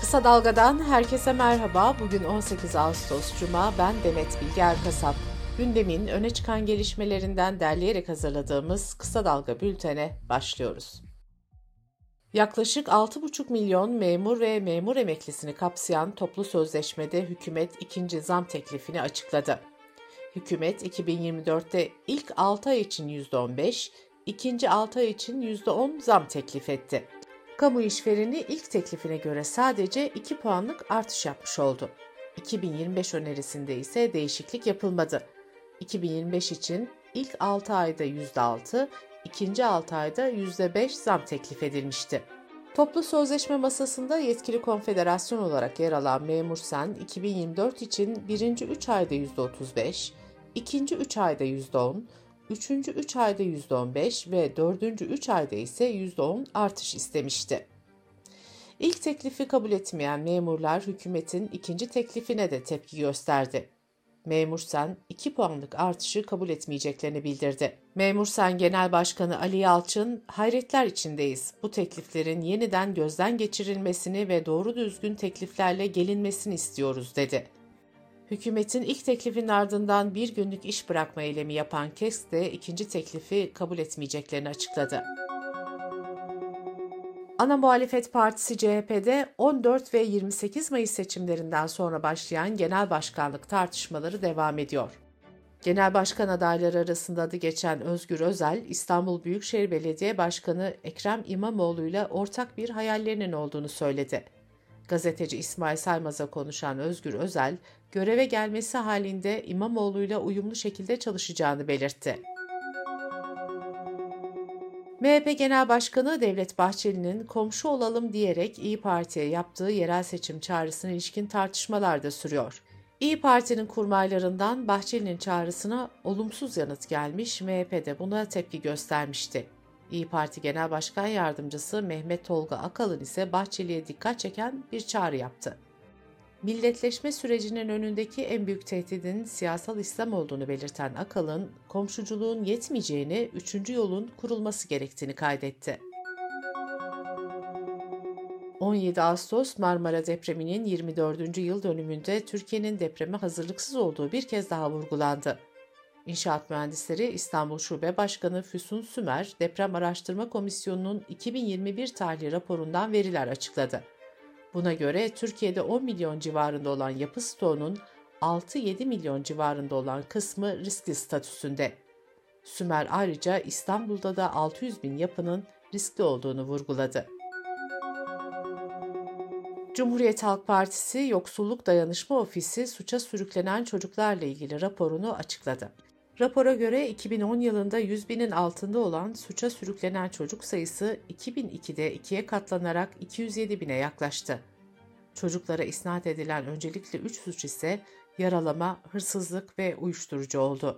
Kısa Dalga'dan herkese merhaba. Bugün 18 Ağustos Cuma, ben Demet Bilge Erkasap. Gündemin öne çıkan gelişmelerinden derleyerek hazırladığımız Kısa Dalga bültene başlıyoruz. Yaklaşık 6,5 milyon memur ve memur emeklisini kapsayan toplu sözleşmede hükümet ikinci zam teklifini açıkladı. Hükümet 2024'te ilk 6 ay için %15, ikinci 6 ay için %10 zam teklif etti. Kamu işvereni ilk teklifine göre sadece 2 puanlık artış yapmış oldu. 2025 önerisinde ise değişiklik yapılmadı. 2025 için ilk 6 ayda %6, ikinci 6 ayda %5 zam teklif edilmişti. Toplu sözleşme masasında yetkili konfederasyon olarak yer alan Memursen, 2024 için birinci 3 ayda %35, ikinci 3 ayda %10, üçüncü 3 ayda %15 ve dördüncü 3 ayda ise %10 artış istemişti. İlk teklifi kabul etmeyen memurlar hükümetin ikinci teklifine de tepki gösterdi. Memursen 2 puanlık artışı kabul etmeyeceklerini bildirdi. Memursen Genel Başkanı Ali Yalçın, "Hayretler içindeyiz. Bu tekliflerin yeniden gözden geçirilmesini ve doğru düzgün tekliflerle gelinmesini istiyoruz," dedi. Hükümetin ilk teklifinin ardından bir günlük iş bırakma eylemi yapan KESK de ikinci teklifi kabul etmeyeceklerini açıkladı. Ana muhalefet partisi CHP'de 14 ve 28 Mayıs seçimlerinden sonra başlayan genel başkanlık tartışmaları devam ediyor. Genel başkan adayları arasında adı geçen Özgür Özel, İstanbul Büyükşehir Belediye Başkanı Ekrem İmamoğlu'yla ortak bir hayallerinin olduğunu söyledi. Gazeteci İsmail Saymaz'a konuşan Özgür Özel, göreve gelmesi halinde İmamoğlu'yla uyumlu şekilde çalışacağını belirtti. MHP Genel Başkanı Devlet Bahçeli'nin komşu olalım diyerek İYİ Parti'ye yaptığı yerel seçim çağrısına ilişkin tartışmalar da sürüyor. İYİ Parti'nin kurmaylarından Bahçeli'nin çağrısına olumsuz yanıt gelmiş, MHP de buna tepki göstermişti. İYİ Parti Genel Başkan Yardımcısı Mehmet Tolga Akalın ise Bahçeli'ye dikkat çeken bir çağrı yaptı. Milletleşme sürecinin önündeki en büyük tehdidin siyasal İslam olduğunu belirten Akalın, komşuculuğun yetmeyeceğini, üçüncü yolun kurulması gerektiğini kaydetti. 17 Ağustos Marmara depreminin 24. yıl dönümünde Türkiye'nin depreme hazırlıksız olduğu bir kez daha vurgulandı. İnşaat Mühendisleri İstanbul Şube Başkanı Füsun Sümer, Deprem Araştırma Komisyonu'nun 2021 tarihli raporundan veriler açıkladı. Buna göre Türkiye'de 10 milyon civarında olan yapı stoğunun 6-7 milyon civarında olan kısmı riskli statüsünde. Sümer ayrıca İstanbul'da da 600 bin yapının riskli olduğunu vurguladı. Cumhuriyet Halk Partisi Yoksulluk Dayanışma Ofisi suça sürüklenen çocuklarla ilgili raporunu açıkladı. Rapora göre 2010 yılında 100 binin altında olan suça sürüklenen çocuk sayısı 2002'de 2'ye katlanarak 207 bine yaklaştı. Çocuklara isnat edilen öncelikle 3 suç ise yaralama, hırsızlık ve uyuşturucu oldu.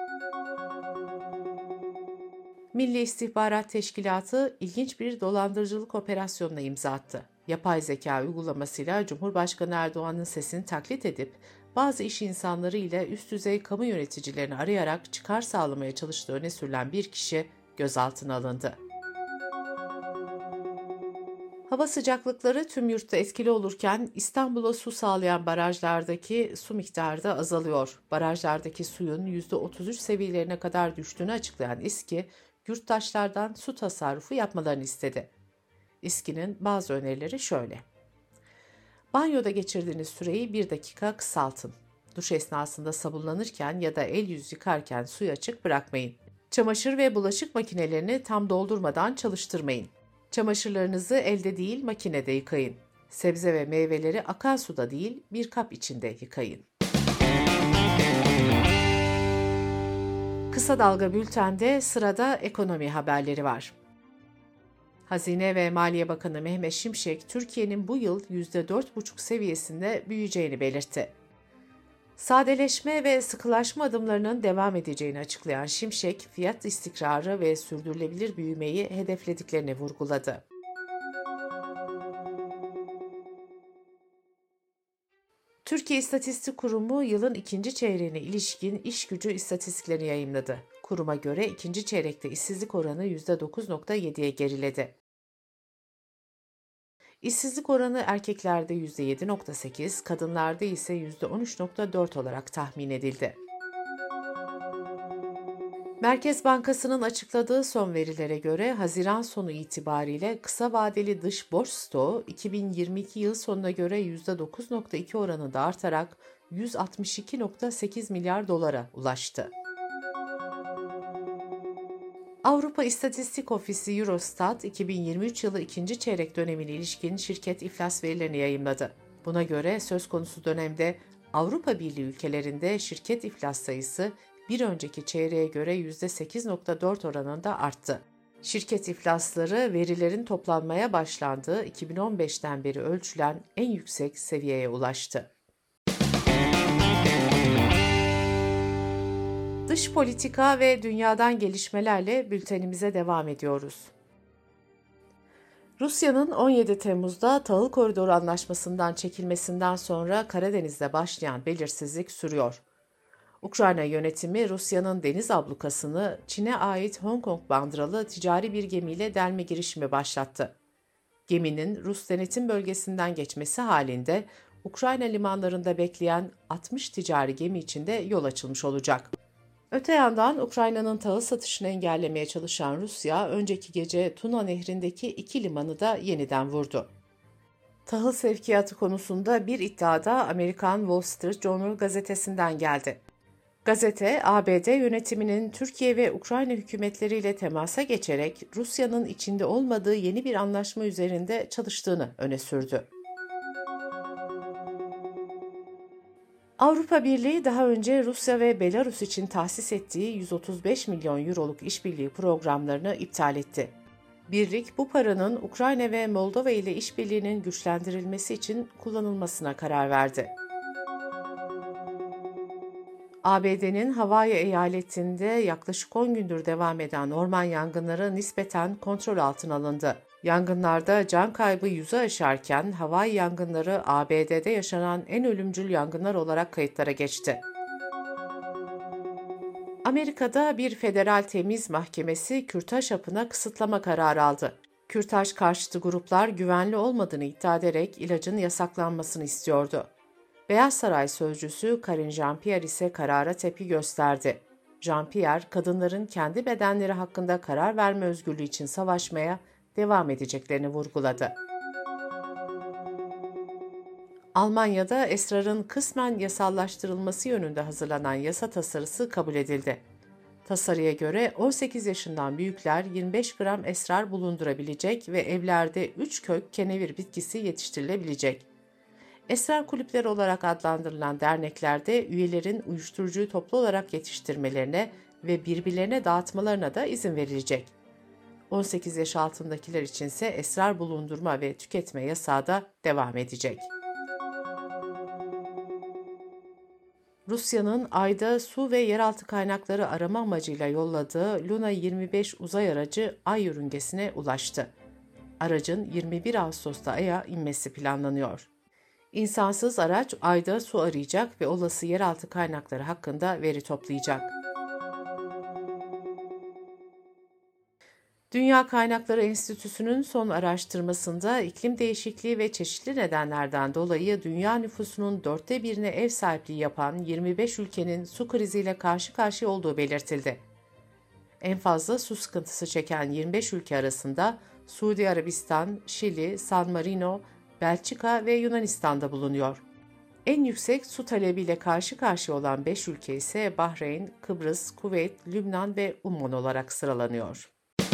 Milli İstihbarat Teşkilatı ilginç bir dolandırıcılık operasyonuna imza attı. Yapay zeka uygulamasıyla Cumhurbaşkanı Erdoğan'ın sesini taklit edip bazı iş insanları ile üst düzey kamu yöneticilerini arayarak çıkar sağlamaya çalıştığı öne sürülen bir kişi gözaltına alındı. Hava sıcaklıkları tüm yurtta etkili olurken İstanbul'a su sağlayan barajlardaki su miktarı da azalıyor. Barajlardaki suyun %33 seviyelerine kadar düştüğünü açıklayan İSKİ, yurttaşlardan su tasarrufu yapmalarını istedi. İSKİ'nin bazı önerileri şöyle. Banyoda geçirdiğiniz süreyi 1 dakika kısaltın. Duş esnasında sabunlanırken ya da el yüz yıkarken suyu açık bırakmayın. Çamaşır ve bulaşık makinelerini tam doldurmadan çalıştırmayın. Çamaşırlarınızı elde değil makinede yıkayın. Sebze ve meyveleri akan suda değil bir kap içinde yıkayın. Kısa Dalga Bülten'de sırada ekonomi haberleri var. Hazine ve Maliye Bakanı Mehmet Şimşek, Türkiye'nin bu yıl %4,5 seviyesinde büyüyeceğini belirtti. Sadeleşme ve sıkılaşma adımlarının devam edeceğini açıklayan Şimşek, fiyat istikrarı ve sürdürülebilir büyümeyi hedeflediklerini vurguladı. Türkiye İstatistik Kurumu yılın ikinci çeyreğine ilişkin iş gücü istatistiklerini yayımladı. Kuruma göre ikinci çeyrekte işsizlik oranı %9,7'ye geriledi. İşsizlik oranı erkeklerde %7,8, kadınlarda ise %13,4 olarak tahmin edildi. Merkez Bankası'nın açıkladığı son verilere göre Haziran sonu itibariyle kısa vadeli dış borç stoğu 2022 yıl sonuna göre %9,2 oranında artarak 162,8 milyar dolara ulaştı. Avrupa İstatistik Ofisi Eurostat, 2023 yılı ikinci çeyrek dönemine ilişkin şirket iflas verilerini yayımladı. Buna göre söz konusu dönemde Avrupa Birliği ülkelerinde şirket iflas sayısı bir önceki çeyreğe göre %8,4 oranında arttı. Şirket iflasları verilerin toplanmaya başlandığı 2015'ten beri ölçülen en yüksek seviyeye ulaştı. Dış politika ve dünyadan gelişmelerle bültenimize devam ediyoruz. Rusya'nın 17 Temmuz'da Tahıl Koridoru Anlaşması'ndan çekilmesinden sonra Karadeniz'de başlayan belirsizlik sürüyor. Ukrayna yönetimi Rusya'nın deniz ablukasını Çin'e ait Hong Kong bandıralı ticari bir gemiyle delme girişimi başlattı. Geminin Rus denetim bölgesinden geçmesi halinde Ukrayna limanlarında bekleyen 60 ticari gemi için de yol açılmış olacak. Öte yandan Ukrayna'nın tahıl satışını engellemeye çalışan Rusya, önceki gece Tuna Nehri'ndeki 2 limanı da yeniden vurdu. Tahıl sevkiyatı konusunda bir iddia da Amerikan Wall Street Journal gazetesinden geldi. Gazete, ABD yönetiminin Türkiye ve Ukrayna hükümetleriyle temasa geçerek Rusya'nın içinde olmadığı yeni bir anlaşma üzerinde çalıştığını öne sürdü. Avrupa Birliği daha önce Rusya ve Belarus için tahsis ettiği 135 milyon euroluk işbirliği programlarını iptal etti. Birlik bu paranın Ukrayna ve Moldova ile işbirliğinin güçlendirilmesi için kullanılmasına karar verdi. ABD'nin Hawaii eyaletinde yaklaşık 10 gündür devam eden orman yangınları nispeten kontrol altına alındı. Yangınlarda can kaybı 100'ü aşarken Hawaii yangınları ABD'de yaşanan en ölümcül yangınlar olarak kayıtlara geçti. Amerika'da bir federal temiz mahkemesi kürtaj hapına kısıtlama kararı aldı. Kürtaj karşıtı gruplar güvenli olmadığını iddia ederek ilacın yasaklanmasını istiyordu. Beyaz Saray sözcüsü Karine Jean-Pierre ise karara tepki gösterdi. Jean-Pierre, kadınların kendi bedenleri hakkında karar verme özgürlüğü için savaşmaya devam edeceklerini vurguladı. Almanya'da esrarın kısmen yasallaştırılması yönünde hazırlanan yasa tasarısı kabul edildi. Tasarıya göre 18 yaşından büyükler 25 gram esrar bulundurabilecek ve evlerde 3 kök kenevir bitkisi yetiştirilebilecek. Esrar kulüpleri olarak adlandırılan derneklerde üyelerin uyuşturucuyu toplu olarak yetiştirmelerine ve birbirlerine dağıtmalarına da izin verilecek. 18 yaş altındakiler içinse esrar bulundurma ve tüketme yasağı da devam edecek. Rusya'nın Ay'da su ve yeraltı kaynakları arama amacıyla yolladığı Luna 25 uzay aracı Ay yörüngesine ulaştı. Aracın 21 Ağustos'ta Ay'a inmesi planlanıyor. İnsansız araç Ay'da su arayacak ve olası yeraltı kaynakları hakkında veri toplayacak. Dünya Kaynakları Enstitüsü'nün son araştırmasında iklim değişikliği ve çeşitli nedenlerden dolayı dünya nüfusunun 1/4'ine ev sahipliği yapan 25 ülkenin su kriziyle karşı karşıya olduğu belirtildi. En fazla su sıkıntısı çeken 25 ülke arasında Suudi Arabistan, Şili, San Marino, Belçika ve Yunanistan'da bulunuyor. En yüksek su talebiyle karşı karşıya olan 5 ülke ise Bahreyn, Kıbrıs, Kuveyt, Lübnan ve Umman olarak sıralanıyor.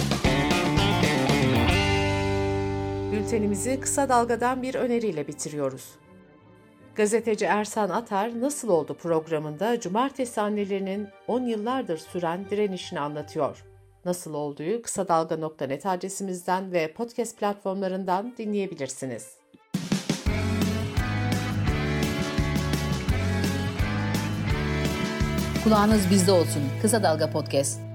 Bültenimizi kısa dalgadan bir öneriyle bitiriyoruz. Gazeteci Ersan Atar Nasıl Oldu programında cumartesi annelerinin 10 yıllardır süren direnişini anlatıyor. Nasıl olduğu kısa dalga.net adresimizden ve podcast platformlarından dinleyebilirsiniz. Kulağınız bizde olsun. Kısa Dalga Podcast.